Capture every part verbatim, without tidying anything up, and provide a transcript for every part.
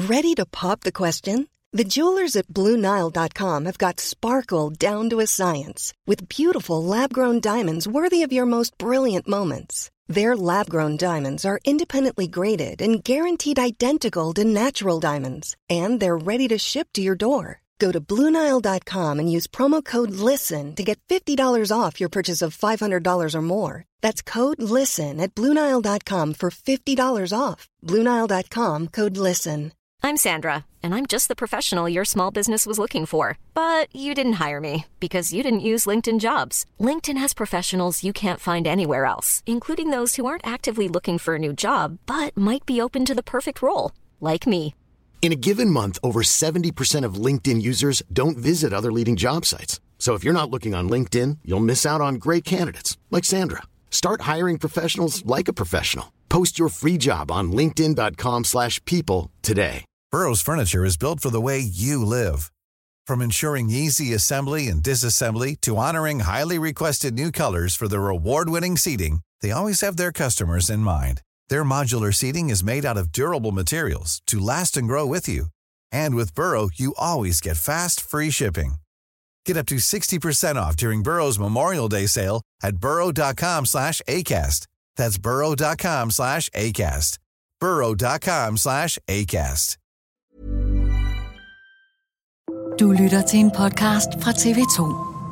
Ready to pop the question? The jewelers at Blue Nile dot com have got sparkle down to a science with beautiful lab-grown diamonds worthy of your most brilliant moments. Their lab-grown diamonds are independently graded and guaranteed identical to natural diamonds, and they're ready to ship to your door. Go to Blue Nile dot com and use promo code LISTEN to get fifty dollars off your purchase of five hundred dollars or more. That's code LISTEN at Blue Nile dot com for fifty dollars off. Blue Nile dot com, code LISTEN. I'm Sandra, and I'm just the professional your small business was looking for. But you didn't hire me because you didn't use LinkedIn Jobs. LinkedIn has professionals you can't find anywhere else, including those who aren't actively looking for a new job, but might be open to the perfect role, like me. In a given month, over seventy percent of LinkedIn users don't visit other leading job sites. So if you're not looking on LinkedIn, you'll miss out on great candidates like Sandra. Start hiring professionals like a professional. Post your free job on linkedin dot com slash people today. Burrow's furniture is built for the way you live. From ensuring easy assembly and disassembly to honoring highly requested new colors for their award-winning seating, they always have their customers in mind. Their modular seating is made out of durable materials to last and grow with you. And with Burrow, you always get fast, free shipping. Get up to sixty percent off during Burrow's Memorial Day sale at burrow dot com slash ACAST. That's burrow dot com slash ACAST. burrow dot com slash ACAST. Du lytter til en podcast fra T V to.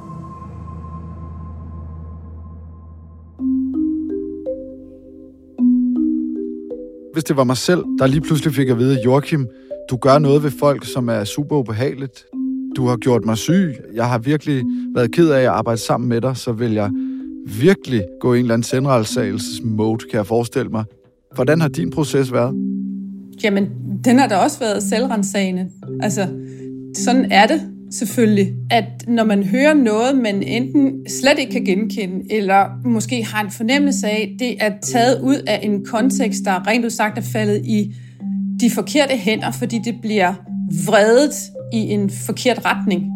Hvis det var mig selv, der lige pludselig fik at vide, Joachim, du gør noget ved folk, som er super ubehageligt. Du har gjort mig syg. Jeg har virkelig været ked af at arbejde sammen med dig, så vil jeg virkelig gå i en eller anden selvretssagelsesmode, kan jeg forestille mig. Hvordan har din proces været? Jamen, den har da også været selvrensagende. Altså, sådan er det selvfølgelig, at når man hører noget, man enten slet ikke kan genkende, eller måske har en fornemmelse af, det er taget ud af en kontekst, der rent udsagt er faldet i de forkerte hænder, fordi det bliver vredet i en forkert retning.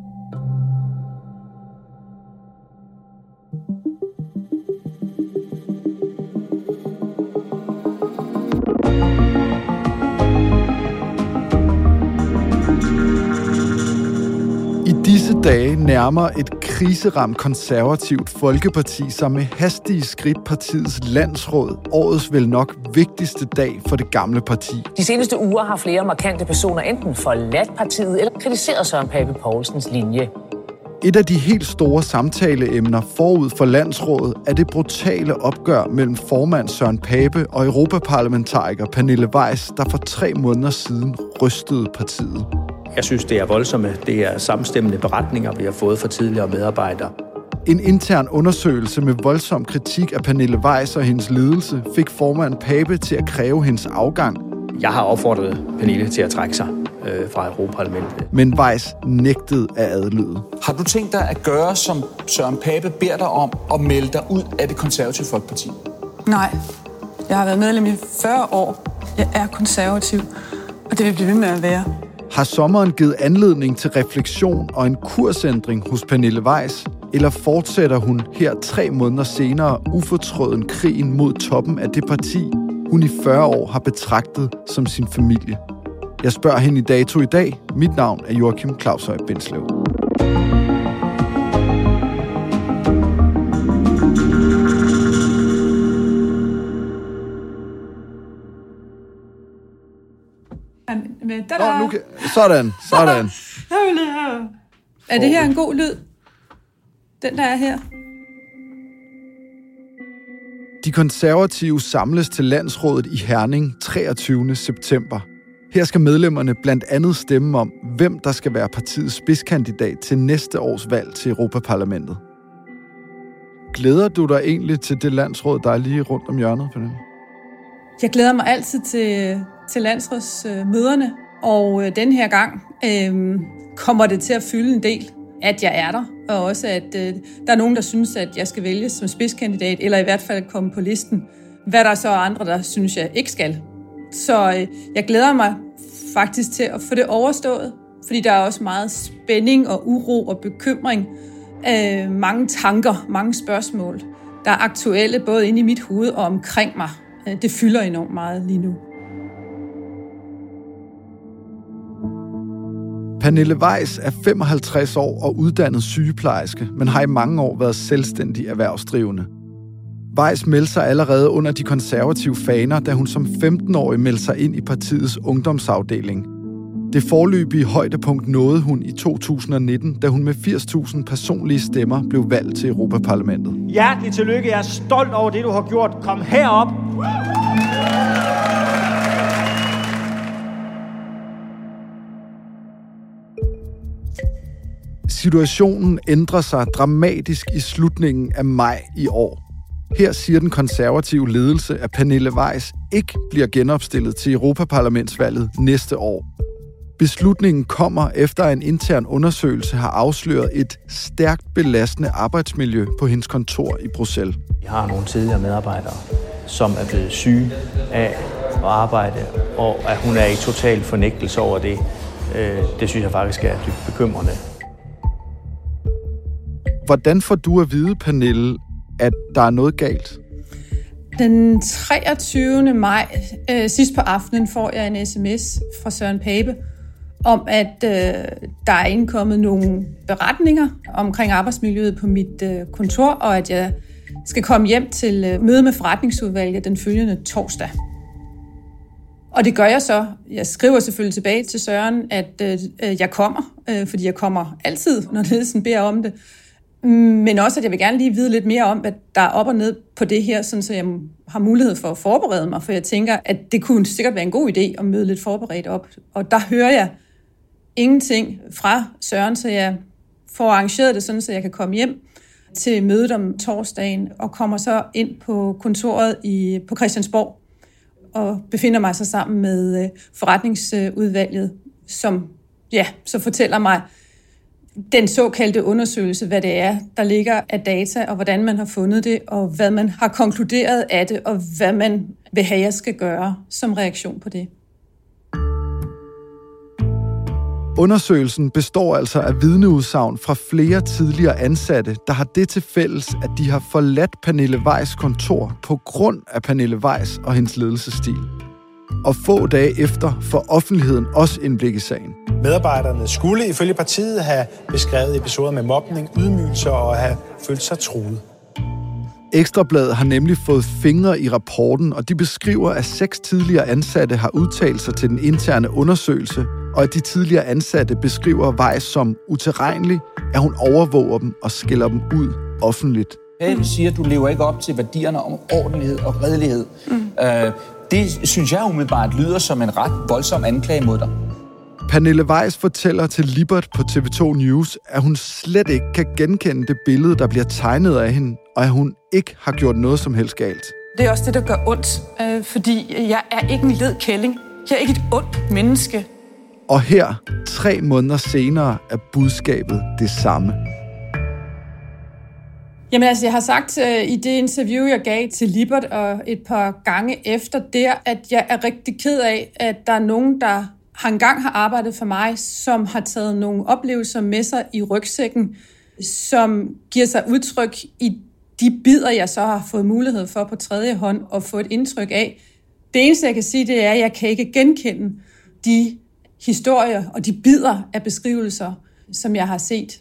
I disse dage nærmer et kriseramt konservativt folkeparti sig med hastige skridt partiets landsråd, årets vel nok vigtigste dag for det gamle parti. De seneste uger har flere markante personer enten forladt partiet eller kritiseret Søren Pape Poulsens linje. Et af de helt store samtaleemner forud for landsrådet er det brutale opgør mellem formand Søren Pape og europaparlamentariker Pernille Weiss, der for tre måneder siden rystede partiet. Jeg synes, det er voldsomme. Det er samstemmende beretninger, vi har fået fra tidligere medarbejdere. En intern undersøgelse med voldsom kritik af Pernille Weiss og hendes ledelse fik formand Pape til at kræve hendes afgang. Jeg har opfordret Pernille til at trække sig øh, fra Europaparlamentet. Men Weiss nægtede at adlyde. Har du tænkt dig at gøre, som Søren Pape beder dig om, og melde dig ud af det konservative folkeparti? Nej, jeg har været medlem i fyrre år. Jeg er konservativ, og det vil blive ved med at være. Har sommeren givet anledning til refleksion og en kursændring hos Pernille Weiss? Eller fortsætter hun her tre måneder senere ufortrøden krigen mod toppen af det parti, hun i fyrre år har betragtet som sin familie? Jeg spørger hende i Dato i dag. Mit navn er Joachim Claushøj Bindslev. Nå, nu kan... Sådan, sådan. Er det her en god lyd? Den, der er her. De konservative samles til landsrådet i Herning treogtyvende september. Her skal medlemmerne blandt andet stemme om, hvem der skal være partiets spidskandidat til næste års valg til Europaparlamentet. Glæder du dig egentlig til det landsråd, der er lige rundt om hjørnet for det? Jeg glæder mig altid til, til landsrådsmøderne, og øh, den her gang øh, kommer det til at fylde en del, at jeg er der, og også at øh, der er nogen, der synes, at jeg skal vælges som spidskandidat, eller i hvert fald komme på listen. Hvad der så er andre, der synes, jeg ikke skal. Så øh, jeg glæder mig faktisk til at få det overstået, fordi der er også meget spænding og uro og bekymring. Øh, mange tanker, mange spørgsmål, der er aktuelle både inde i mit hoved og omkring mig. Øh, det fylder enormt meget lige nu. Pernille Weiss er femoghalvtreds år og uddannet sygeplejerske, men har i mange år været selvstændig erhvervsdrivende. Weiss meldte sig allerede under de konservative faner, da hun som femten-årig meldte sig ind i partiets ungdomsafdeling. Det foreløbige højdepunkt nåede hun i to tusind og nitten, da hun med firs tusind personlige stemmer blev valgt til Europaparlamentet. Hjertelig tillykke, jeg er stolt over det, du har gjort. Kom herop. Situationen ændrer sig dramatisk i slutningen af maj i år. Her siger den konservative ledelse, at Pernille Weiss ikke bliver genopstillet til Europaparlamentsvalget næste år. Beslutningen kommer efter en intern undersøgelse har afsløret et stærkt belastende arbejdsmiljø på hendes kontor i Bruxelles. Vi har nogle tidligere medarbejdere, som er blevet syge af at arbejde, og at hun er i total fornægtelse over det. Det synes jeg faktisk er dybt bekymrende. Hvordan får du at vide, Pernille, at der er noget galt? Den treogtyvende maj, øh, sidst på aftenen, får jeg en sms fra Søren Pape om, at øh, der er indkommet nogle beretninger omkring arbejdsmiljøet på mit øh, kontor, og at jeg skal komme hjem til øh, møde med forretningsudvalget den følgende torsdag. Og det gør jeg så. Jeg skriver selvfølgelig tilbage til Søren, at øh, jeg kommer, øh, fordi jeg kommer altid, når ledelsen beder om det. Men også, at jeg vil gerne lige vide lidt mere om, hvad der er op og ned på det her, sådan så jeg har mulighed for at forberede mig, for jeg tænker, at det kunne sikkert være en god idé at møde lidt forberedt op. Og der hører jeg ingenting fra Søren, så jeg får arrangeret det sådan, så jeg kan komme hjem til mødet om torsdagen, og kommer så ind på kontoret i, på Christiansborg, og befinder mig så sammen med forretningsudvalget, som ja, så fortæller mig, den såkaldte undersøgelse, hvad det er, der ligger af data, og hvordan man har fundet det, og hvad man har konkluderet af det, og hvad man vil have, jeg skal gøre som reaktion på det. Undersøgelsen består altså af vidneudsagn fra flere tidligere ansatte, der har det til fælles, at de har forladt Pernille Weiss' kontor på grund af Pernille Weiss og hendes ledelsesstil. Og få dage efter får offentligheden også indblik i sagen. Medarbejderne skulle ifølge partiet have beskrevet episoder med mobning, ydmygelser og have følt sig truet. Ekstrabladet har nemlig fået fingre i rapporten, og de beskriver, at seks tidligere ansatte har udtalt sig til den interne undersøgelse, og at de tidligere ansatte beskriver Weiss som utilregnelig, at hun overvåger dem og skælder dem ud offentligt. Jeg siger, at du lever ikke op til værdierne om ordentlighed og redelighed. Mm. Øh, det synes jeg umiddelbart lyder som en ret voldsom anklage mod dig. Pernille Weiss fortæller til Libert på T V to News, at hun slet ikke kan genkende det billede, der bliver tegnet af hende, og at hun ikke har gjort noget som helst galt. Det er også det, der gør ondt, øh, fordi jeg er ikke en led kælling. Jeg er ikke et ondt menneske. Og her, tre måneder senere, er budskabet det samme. Jamen altså, jeg har sagt øh, i det interview, jeg gav til Libert, og et par gange efter der, at jeg er rigtig ked af, at der er nogen, der har engang har arbejdet for mig, som har taget nogle oplevelser med sig i rygsækken, som giver sig udtryk i de bidder, jeg så har fået mulighed for på tredje hånd at få et indtryk af. Det eneste, jeg kan sige, det er, at jeg kan ikke genkende de historier og de bidder af beskrivelser, som jeg har set.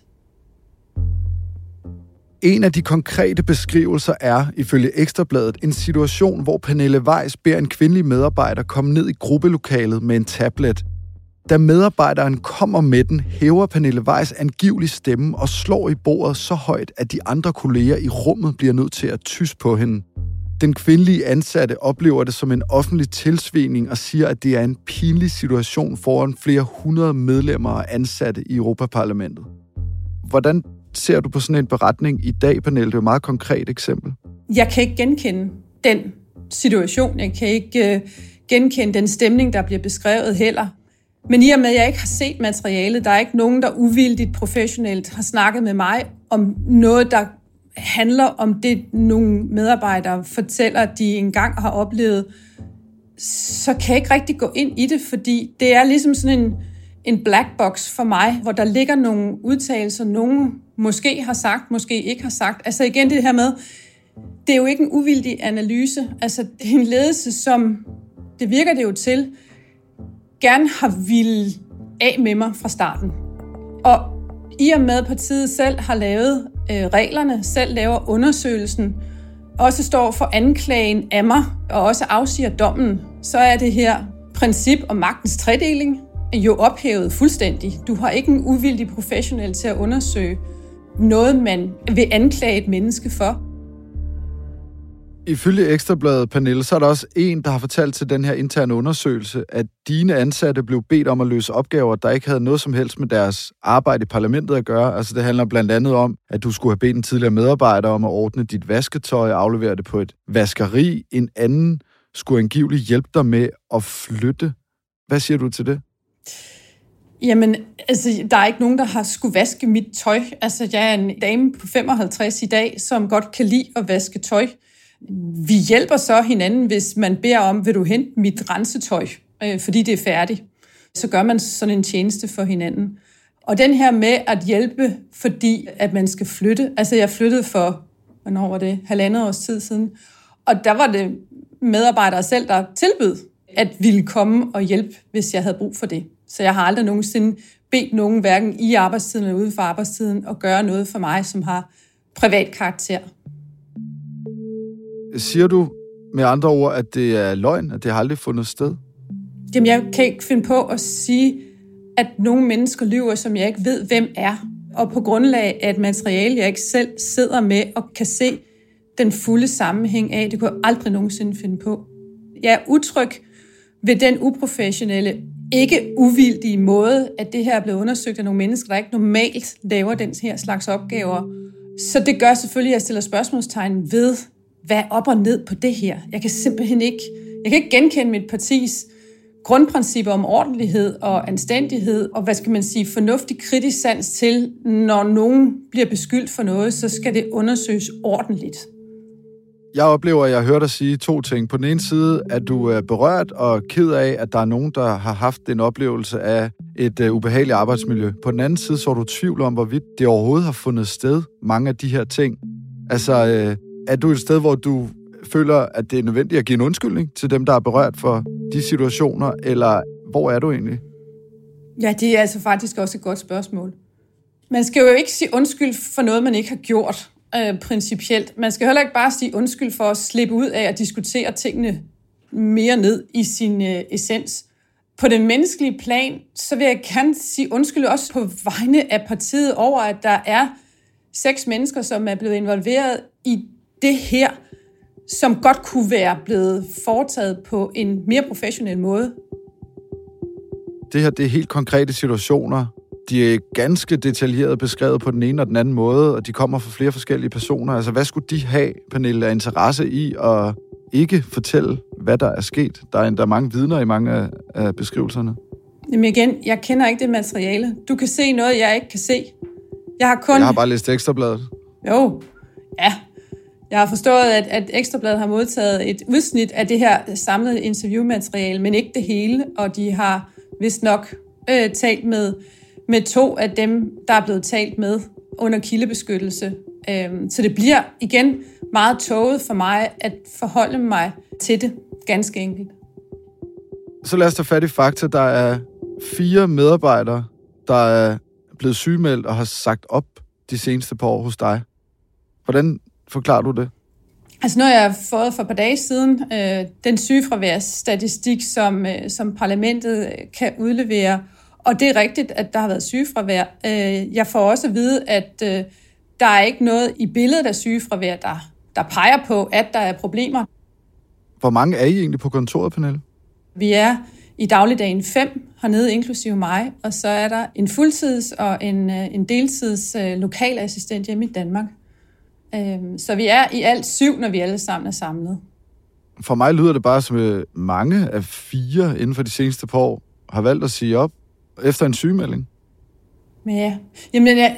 En af de konkrete beskrivelser er, ifølge Ekstrabladet, en situation, hvor Pernille Weiss beder en kvindelig medarbejder komme ned i gruppelokalet med en tablet. Da medarbejderen kommer med den, hæver Pernille Weiss angivelig stemme og slår i bordet så højt, at de andre kolleger i rummet bliver nødt til at tysse på hende. Den kvindelige ansatte oplever det som en offentlig tilsvining og siger, at det er en pinlig situation foran flere hundrede medlemmer og ansatte i Europaparlamentet. Hvordan ser du på sådan en beretning i dag, Pernille? Det er et meget konkret eksempel. Jeg kan ikke genkende den situation. Jeg kan ikke uh, genkende den stemning, der bliver beskrevet heller. Men i og med, at jeg ikke har set materialet, der er ikke nogen, der uvildigt professionelt har snakket med mig om noget, der handler om det, nogle medarbejdere fortæller, at de engang har oplevet, så kan jeg ikke rigtig gå ind i det, fordi det er ligesom sådan en, en black box for mig, hvor der ligger nogle udtalelser, nogen måske har sagt, måske ikke har sagt. Altså igen det her med, det er jo ikke en uvildig analyse. Altså det er en ledelse, som, det virker det jo til, gerne har ville af med mig fra starten. Og i og med, at partiet selv har lavet øh, reglerne, selv laver undersøgelsen, også står for anklagen af mig, og også afsiger dommen, så er det her princip om magtens tredeling jo ophævet fuldstændig. Du har ikke en uvildig professionel til at undersøge noget, man vil anklage et menneske for. Ifølge Ekstrabladet, Pernille, så er der også en, der har fortalt til den her interne undersøgelse, at dine ansatte blev bedt om at løse opgaver, der ikke havde noget som helst med deres arbejde i parlamentet at gøre. Altså det handler blandt andet om, at du skulle have bedt en tidligere medarbejder om at ordne dit vasketøj og aflevere det på et vaskeri. En anden skulle angiveligt hjælpe dig med at flytte. Hvad siger du til det? Jamen, altså, der er ikke nogen, der har skulle vaske mit tøj. Altså, jeg er en dame på femoghalvtreds i dag, som godt kan lide at vaske tøj. Vi hjælper så hinanden, hvis man beder om, vil du hente mit rensetøj, øh, fordi det er færdigt. Så gør man sådan en tjeneste for hinanden. Og den her med at hjælpe, fordi at man skal flytte. Altså, jeg flyttede for, hvornår var det, halvandet års tid siden. Og der var det medarbejdere selv, der tilbød at ville komme og hjælpe, hvis jeg havde brug for det. Så jeg har aldrig nogensinde bedt nogen, hverken i arbejdstiden eller uden for arbejdstiden, at gøre noget for mig, som har privat karakter. Siger du med andre ord, at det er løgn, at det har aldrig fundet sted? Jamen, jeg kan ikke finde på at sige, at nogle mennesker lyver, som jeg ikke ved, hvem er. Og på grundlag af et materiale, jeg ikke selv sidder med og kan se den fulde sammenhæng af, det kunne jeg aldrig nogensinde finde på. Jeg er utryg ved den uprofessionelle, ikke uvildige måde, at det her er blevet undersøgt af nogle mennesker, der ikke normalt laver den her slags opgaver. Så det gør selvfølgelig, at jeg stiller spørgsmålstegn ved, hvad er op og ned på det her. Jeg kan simpelthen ikke, jeg kan ikke genkende mit partis grundprincipper om ordentlighed og anstændighed, og hvad skal man sige, fornuftig kritisk sans til, når nogen bliver beskyldt for noget, så skal det undersøges ordentligt. Jeg oplever, at jeg hører dig sige to ting. På den ene side, at du er berørt og ked af, at der er nogen, der har haft en oplevelse af et uh, ubehageligt arbejdsmiljø. På den anden side, så er du tvivl om, hvorvidt det overhovedet har fundet sted, mange af de her ting. Altså, uh, er du et sted, hvor du føler, at det er nødvendigt at give en undskyldning til dem, der er berørt for de situationer, eller hvor er du egentlig? Ja, det er altså faktisk også et godt spørgsmål. Man skal jo ikke sige undskyld for noget, man ikke har gjort. Øh, principielt. Man skal heller ikke bare sige undskyld for at slippe ud af at diskutere tingene mere ned i sin øh, essens. På den menneskelige plan, så vil jeg gerne sige undskyld også på vegne af partiet over, at der er seks mennesker, som er blevet involveret i det her, som godt kunne være blevet foretaget på en mere professionel måde. Det her, det er helt konkrete situationer. De er ganske detaljeret beskrevet på den ene og den anden måde, og de kommer fra flere forskellige personer. Altså, hvad skulle de have, Pernille, af interesse i at ikke fortælle, hvad der er sket? Der er endda mange vidner i mange af, af beskrivelserne. Jamen igen, jeg kender ikke det materiale. Du kan se noget, jeg ikke kan se. Jeg har kun... Jeg har bare læst Ekstrabladet. Jo, ja. Jeg har forstået, at, at Ekstrabladet har modtaget et udsnit af det her samlede interviewmateriale, men ikke det hele, og de har vist nok øh, talt med... med to af dem, der er blevet talt med under kildebeskyttelse. Så det bliver igen meget tåget for mig at forholde mig til det, ganske enkelt. Så lad os tage fat i fakta. Der er fire medarbejdere, der er blevet sygemeldt og har sagt op de seneste par år hos dig. Hvordan forklarer du det? Altså nu har jeg fået for et par dage siden øh, den sygefraværsstatistik, som, øh, som parlamentet kan udlevere. Og det er rigtigt, at der har været sygefravær. Jeg får også at vide, at der er ikke noget i billedet af sygefravær, der, der peger på, at der er problemer. Hvor mange er I egentlig på kontoret, Pernille? Vi er i dagligdagen fem hernede, inklusive mig, og så er der en fuldtids- og en, en deltids lokalassistent hjemme i Danmark. Så vi er i alt syv, når vi alle sammen er samlet. For mig lyder det bare som mange af fire inden for de seneste par år har valgt at sige op efter en sygemelding. Men ja, jamen, ja,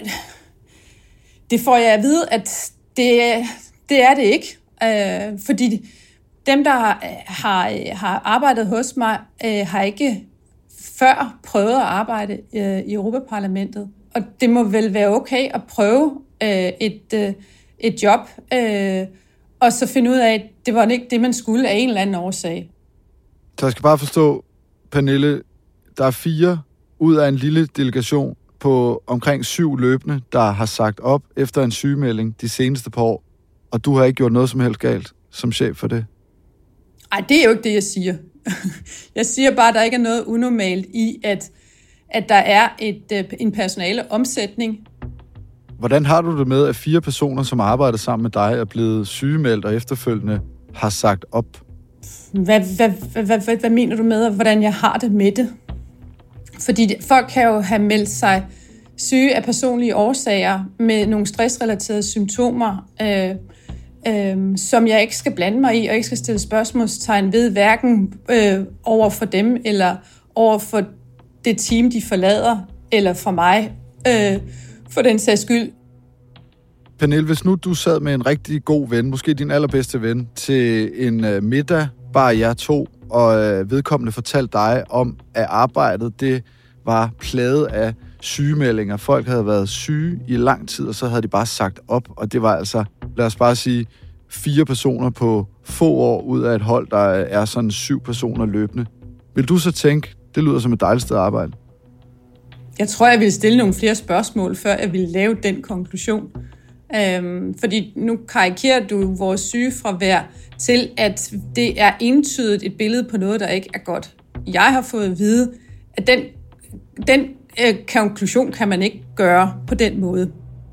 det får jeg at vide, at det, det er det ikke. Øh, fordi dem, der har, har, har arbejdet hos mig, øh, har ikke før prøvet at arbejde øh, i Europaparlamentet. Og det må vel være okay at prøve øh, et, øh, et job, øh, og så finde ud af, at det var ikke det, man skulle af en eller anden årsag. Så jeg skal bare forstå, Pernille, der er fire ud af en lille delegation på omkring syv løbende, der har sagt op efter en sygemelding de seneste par år, og du har ikke gjort noget som helst galt som chef for det. Ej, det er jo ikke det, jeg siger. Jeg siger bare, at der ikke er noget unormalt i, at, at der er et, en personale omsætning. Hvordan har du det med, at fire personer, som arbejder sammen med dig, er blevet sygemeldt og efterfølgende har sagt op? Hvad, hvad, hvad, hvad, hvad, hvad mener du med, hvordan jeg har det med det? Fordi folk kan jo have meldt sig syge af personlige årsager med nogle stressrelaterede symptomer, øh, øh, som jeg ikke skal blande mig i, og ikke skal stille spørgsmålstegn ved, hverken øh, over for dem, eller over for det team, de forlader, eller for mig, øh, for den sags skyld. Pernille, hvis nu du sad med en rigtig god ven, måske din allerbedste ven, til en øh, middag, bare jer to, og øh, vedkommende fortalte dig om, at arbejdet det var plaget af sygemeldinger. Folk havde været syge i lang tid, og så havde de bare sagt op, og det var altså, lad os bare sige, fire personer på få år ud af et hold, der er sådan syv personer løbende. Vil du så tænke, det lyder som et dejligt sted at arbejde? Jeg tror, jeg ville stille nogle flere spørgsmål, før jeg ville lave den konklusion. Øhm, fordi nu karikerer du vores sygefravær til, at det er entydigt et billede på noget, der ikke er godt. Jeg har fået at vide, at den, den øh, konklusion kan man ikke gøre på den måde.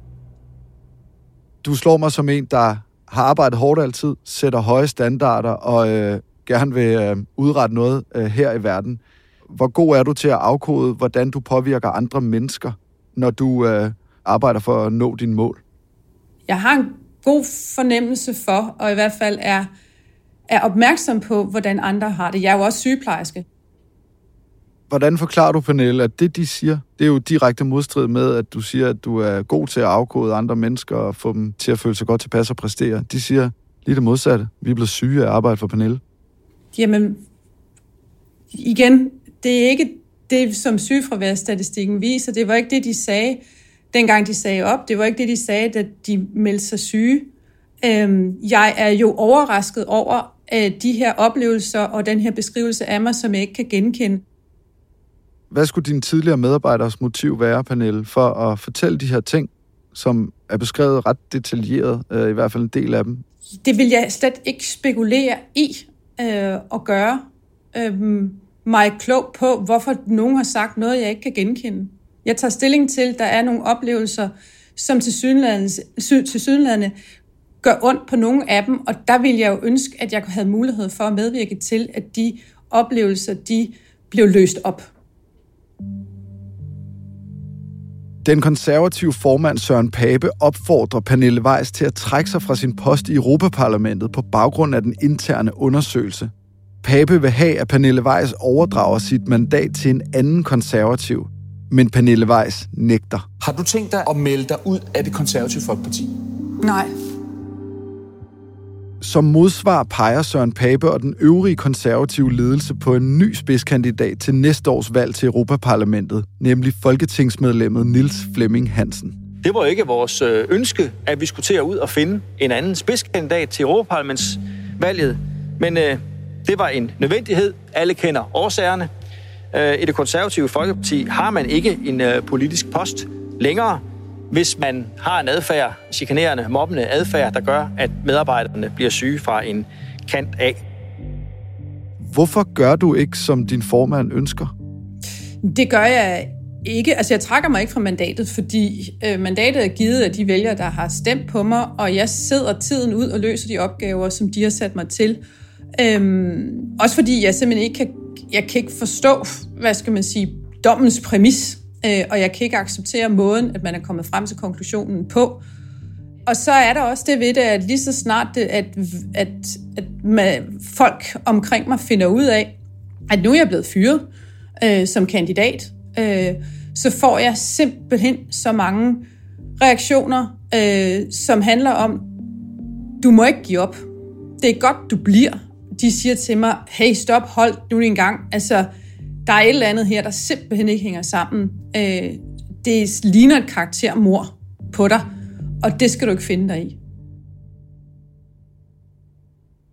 Du slår mig som en, der har arbejdet hårdt altid, sætter høje standarder og øh, gerne vil øh, udrette noget øh, her i verden. Hvor god er du til at afkode, hvordan du påvirker andre mennesker, når du øh, arbejder for at nå dine mål? Jeg har en god fornemmelse for, og i hvert fald er, er opmærksom på, hvordan andre har det. Jeg er jo også sygeplejerske. Hvordan forklarer du, Pernille, at det, de siger, det er jo direkte modstrid med, at du siger, at du er god til at afkode andre mennesker og få dem til at føle sig godt tilpas og præstere. De siger lige det modsatte. Vi er blevet syge af at arbejde for Pernille. Jamen, igen, det er ikke det, som sygefraværsstatistikken viser. Det var ikke det, de sagde, dengang de sagde op. Det var ikke det, de sagde, da de meldte sig syge. Jeg er jo overrasket over de her oplevelser og den her beskrivelse af mig, som jeg ikke kan genkende. Hvad skulle dine tidligere medarbejderes motiv være, Pernille, for at fortælle de her ting, som er beskrevet ret detaljeret, øh, i hvert fald en del af dem? Det vil jeg slet ikke spekulere i øh, at gøre øh, mig klog på, hvorfor nogen har sagt noget, jeg ikke kan genkende. Jeg tager stilling til, at der er nogle oplevelser, som tilsyneladende gør ondt på nogle af dem, og der vil jeg jo ønske, at jeg havde mulighed for at medvirke til, at de oplevelser, de blev løst op. Den konservative formand Søren Pape opfordrer Pernille Weiss til at trække sig fra sin post i Europaparlamentet på baggrund af den interne undersøgelse. Pape vil have, at Pernille Weiss overdrager sit mandat til en anden konservativ, men Pernille Weiss nægter. Har du tænkt dig at melde dig ud af det konservative Folkeparti? Nej. Som modsvar peger Søren Pape og den øvrige konservative ledelse på en ny spidskandidat til næste års valg til Europaparlamentet, nemlig folketingsmedlemmet Niels Flemming Hansen. Det var ikke vores ønske, at vi skulle til at ud og finde en anden spidskandidat til Europaparlamentsvalget, men øh, det var en nødvendighed. Alle kender årsagerne. Øh, I det konservative Folkeparti har man ikke en øh, politisk post længere, hvis man har en adfærd, chikanerende, mobbende adfærd, der gør, at medarbejderne bliver syge fra en kant af. Hvorfor gør du ikke, som din formand ønsker? Det gør jeg ikke. Altså, jeg trækker mig ikke fra mandatet, fordi øh, mandatet er givet af de vælgere, der har stemt på mig, og jeg sidder tiden ud og løser de opgaver, som de har sat mig til. Øhm, også fordi jeg simpelthen ikke kan, jeg kan ikke forstå, hvad skal man sige, dommens præmis. Og jeg kan ikke acceptere måden, at man er kommet frem til konklusionen på. Og så er der også det ved det, at lige så snart det, at, at, at man, folk omkring mig finder ud af, at nu er jeg blevet fyret øh, som kandidat, øh, så får jeg simpelthen så mange reaktioner, øh, som handler om, du må ikke give op. Det er godt, du bliver. De siger til mig, hey, stop, hold nu en gang. Altså, der er et eller andet her, der simpelthen ikke hænger sammen. Øh, det ligner et karaktermord på dig, og det skal du ikke finde dig i.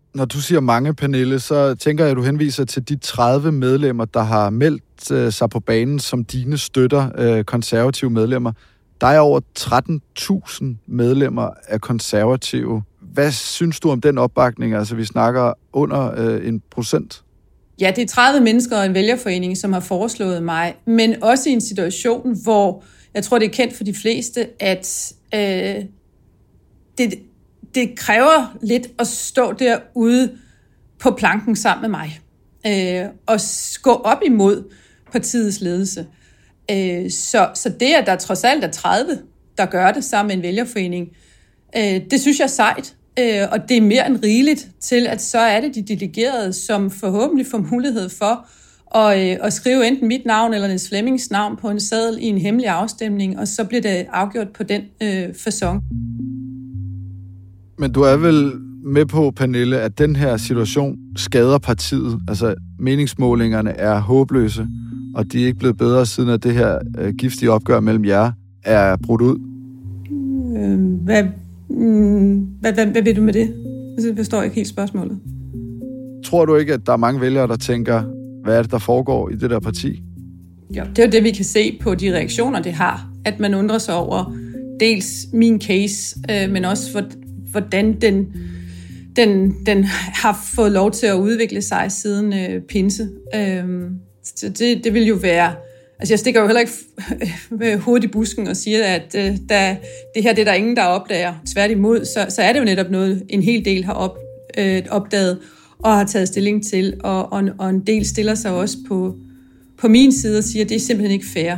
Når du siger mange, Pernille, så tænker jeg, at du henviser til de tredive medlemmer, der har meldt øh, sig på banen som dine støtter, øh, konservative medlemmer. Der er over tretten tusind medlemmer af konservative. Hvad synes du om den opbakning? Altså, vi snakker under øh, en procent. Ja, det er tredive mennesker og en vælgerforening, som har foreslået mig, men også i en situation, hvor jeg tror, det er kendt for de fleste, at øh, det, det kræver lidt at stå derude på planken sammen med mig øh, og gå op imod partiets ledelse. Øh, så, så det, at der trods alt er tredive, der gør det sammen med en vælgerforening, øh, det synes jeg er sejt. Og det er mere end rigeligt til, at så er det de delegerede, som forhåbentlig får mulighed for at, at skrive enten mit navn eller Niels Flemmings navn på en seddel i en hemmelig afstemning, og så bliver det afgjort på den øh, facon. Men du er vel med på, Pernille, at den her situation skader partiet? Altså, meningsmålingerne er håbløse, og de er ikke blevet bedre, siden at det her øh, giftige opgør mellem jer er brudt ud. Øh, hvad... Hvad, hvad, hvad vil du med det? Jeg forstår ikke helt spørgsmålet. Tror du ikke, at der er mange vælgere, der tænker, hvad er det, der foregår i det der parti? Ja, det er jo det, vi kan se på de reaktioner, det har. At man undrer sig over dels min case, øh, men også for, hvordan den, den, den har fået lov til at udvikle sig siden øh, pinse. Øh, det, det vil jo være... Altså, jeg stikker jo heller ikke hovedet i busken og siger, at øh, der, det her det er der ingen, der opdager. Tværtimod, så, så er det jo netop noget, en hel del har op, øh, opdaget og har taget stilling til. Og, og, og en del stiller sig også på, på min side og siger, at det er simpelthen ikke fair.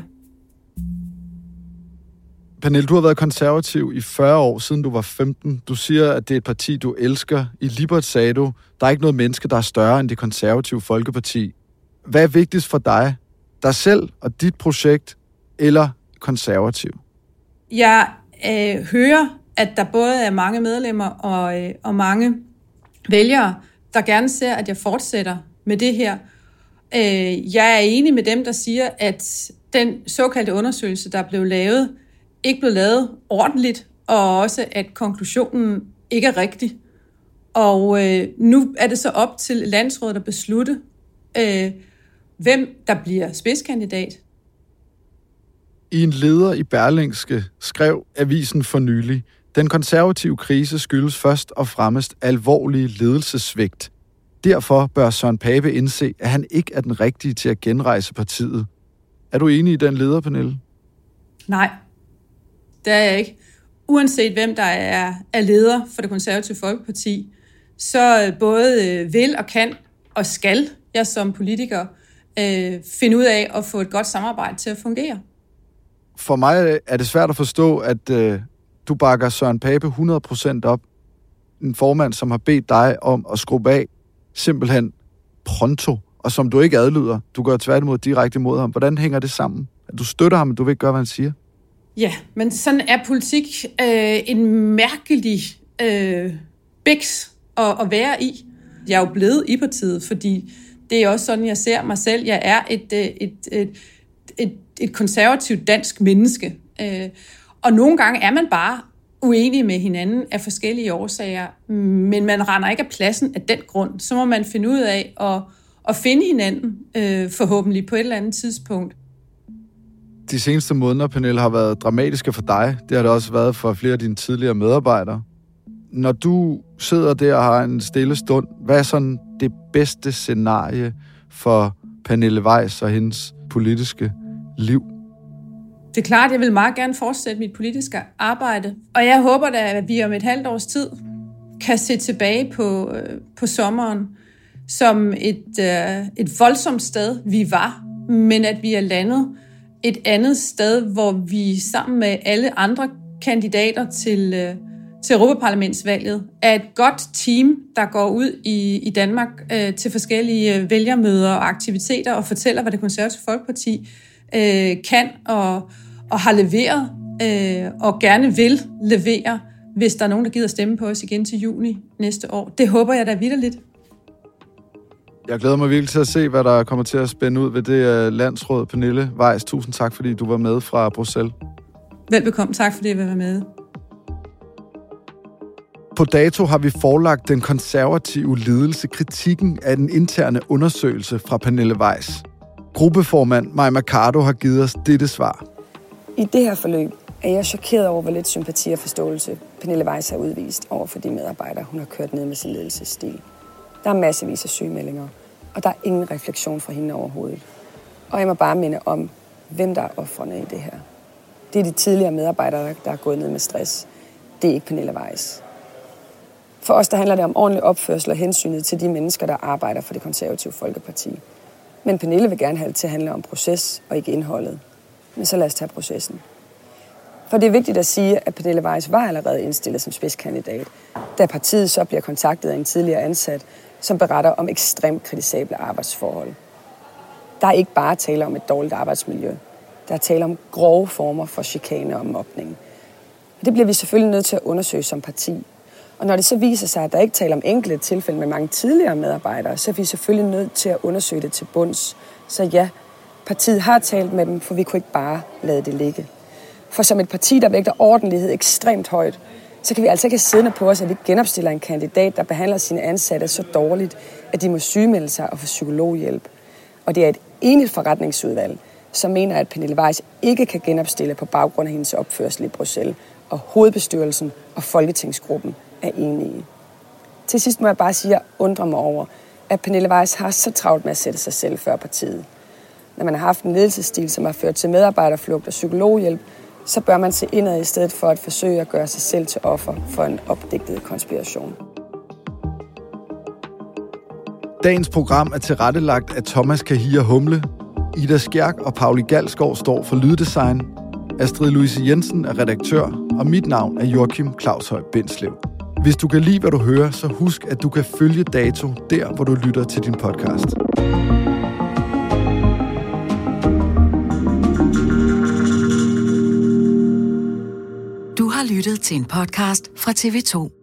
Pernille, du har været konservativ i fyrre år, siden du var femten. Du siger, at det er et parti, du elsker. I Libert sagde du, der er ikke noget menneske, der er større end det konservative Folkeparti. Hvad er vigtigst for dig? Dig selv og dit projekt, eller konservativ? Jeg øh, hører, at der både er mange medlemmer og, øh, og mange vælgere, der gerne ser, at jeg fortsætter med det her. Øh, jeg er enig med dem, der siger, at den såkaldte undersøgelse, der blev lavet, ikke blev lavet ordentligt, og også at konklusionen ikke er rigtig. Og øh, nu er det så op til landsrådet at beslutte, øh, hvem der bliver spidskandidat. I en leder i Berlingske skrev avisen for nylig, den konservative krise skyldes først og fremmest alvorlige ledelsessvigt. Derfor bør Søren Pape indse, at han ikke er den rigtige til at genrejse partiet. Er du enig i den leder, Pernille? Nej, det er jeg ikke. Uanset hvem der er, er leder for det konservative Folkeparti, så både vil og kan og skal jeg som politiker øh, finde ud af at få et godt samarbejde til at fungere. For mig er det svært at forstå, at øh, du bakker Søren Pape hundrede procent op. En formand, som har bedt dig om at skrue af simpelthen pronto, og som du ikke adlyder. Du går tværtimod direkte imod ham. Hvordan hænger det sammen? At du støtter ham, men du vil ikke gøre, hvad han siger? Ja, men sådan er politik øh, en mærkelig øh, biks at, at være i. Jeg er jo blevet i partiet, fordi det er også sådan, jeg ser mig selv. Jeg er et, et, et, et, et konservativt dansk menneske. Øh, og nogle gange er man bare uenige med hinanden af forskellige årsager, men man render ikke af pladsen af den grund. Så må man finde ud af at, at finde hinanden, øh, forhåbentlig på et eller andet tidspunkt. De seneste måneder, Pernille, har været dramatiske for dig. Det har det også været for flere af dine tidligere medarbejdere. Når du sidder der og har en stille stund, hvad er sådan det bedste scenarie for Pernille Weiss og hendes politiske liv? Det er klart, at jeg vil meget gerne fortsætte mit politiske arbejde. Og jeg håber da, at vi om et halvt års tid kan se tilbage på, på sommeren som et, et voldsomt sted, vi var, men at vi er landet et andet sted, hvor vi sammen med alle andre kandidater til, til Europaparlamentsvalget er et godt team, der går ud i, i Danmark øh, til forskellige vælgermøder og aktiviteter og fortæller, hvad det konservative Folkeparti øh, kan og, og har leveret øh, og gerne vil levere, hvis der er nogen, der gider stemme på os igen til juni næste år. Det håber jeg da vitterligt. Jeg glæder mig virkelig til at se, hvad der kommer til at spænde ud ved det uh, landsråd. Pernille Weiss, tusind tak, fordi du var med fra Bruxelles. Velbekomme. Tak, fordi jeg var med. På Dato har vi forelagt den konservative ledelse kritikken af den interne undersøgelse fra Pernille Weiss. Gruppeformand Mai Mercado har givet os dette svar. I det her forløb er jeg chokeret over, hvor lidt sympati og forståelse Pernille Weiss har udvist over for de medarbejdere, hun har kørt ned med sin ledelsesstil. Der er massevis af sygemeldinger, og der er ingen refleksion fra hende overhovedet. Og jeg må bare minde om, hvem der er ofrene i det her. Det er de tidligere medarbejdere, der er gået ned med stress. Det er ikke Pernille Weiss. For os der handler det om ordentlig opførsel og hensynet til de mennesker, der arbejder for Det Konservative Folkeparti. Men Pernille vil gerne have det til at handle om proces og ikke indholdet. Men så lad os tage processen. For det er vigtigt at sige, at Pernille Weiss var allerede indstillet som spidskandidat, da partiet så bliver kontaktet af en tidligere ansat, som beretter om ekstremt kritisable arbejdsforhold. Der er ikke bare tale om et dårligt arbejdsmiljø. Der er tale om grove former for chikane og mobning. Og det bliver vi selvfølgelig nødt til at undersøge som parti. Og når det så viser sig, at der ikke taler om enkelte tilfælde med mange tidligere medarbejdere, så er vi selvfølgelig nødt til at undersøge det til bunds. Så ja, partiet har talt med dem, for vi kunne ikke bare lade det ligge. For som et parti, der vægter ordentlighed ekstremt højt, så kan vi altså ikke have siddende på os, at vi genopstiller en kandidat, der behandler sine ansatte så dårligt, at de må sygemelde sig og få psykologhjælp. Og det er et enigt forretningsudvalg, som mener, at Pernille Weiss ikke kan genopstille på baggrund af hendes opførsel i Bruxelles, og hovedbestyrelsen og folketingsgruppen er enige. Til sidst må jeg bare sige, at jeg undrer mig over, at Pernille Weiss har så travlt med at sætte sig selv før partiet. Når man har haft en ledelsesstil, som har ført til medarbejderflugt og psykologhjælp, så bør man se indad i stedet for at forsøge at gøre sig selv til offer for en opdigtet konspiration. Dagens program er tilrettelagt af Thomas Kahir Humle. Ida Skjærk og Pauli Galskov står for lyddesign. Astrid Louise Jensen er redaktør, og mit navn er Joachim Claushøj Bindslev. Hvis du kan lide, hvad du hører, så husk, at du kan følge Dato der, hvor du lytter til din podcast. Du har lyttet til en podcast fra T V to.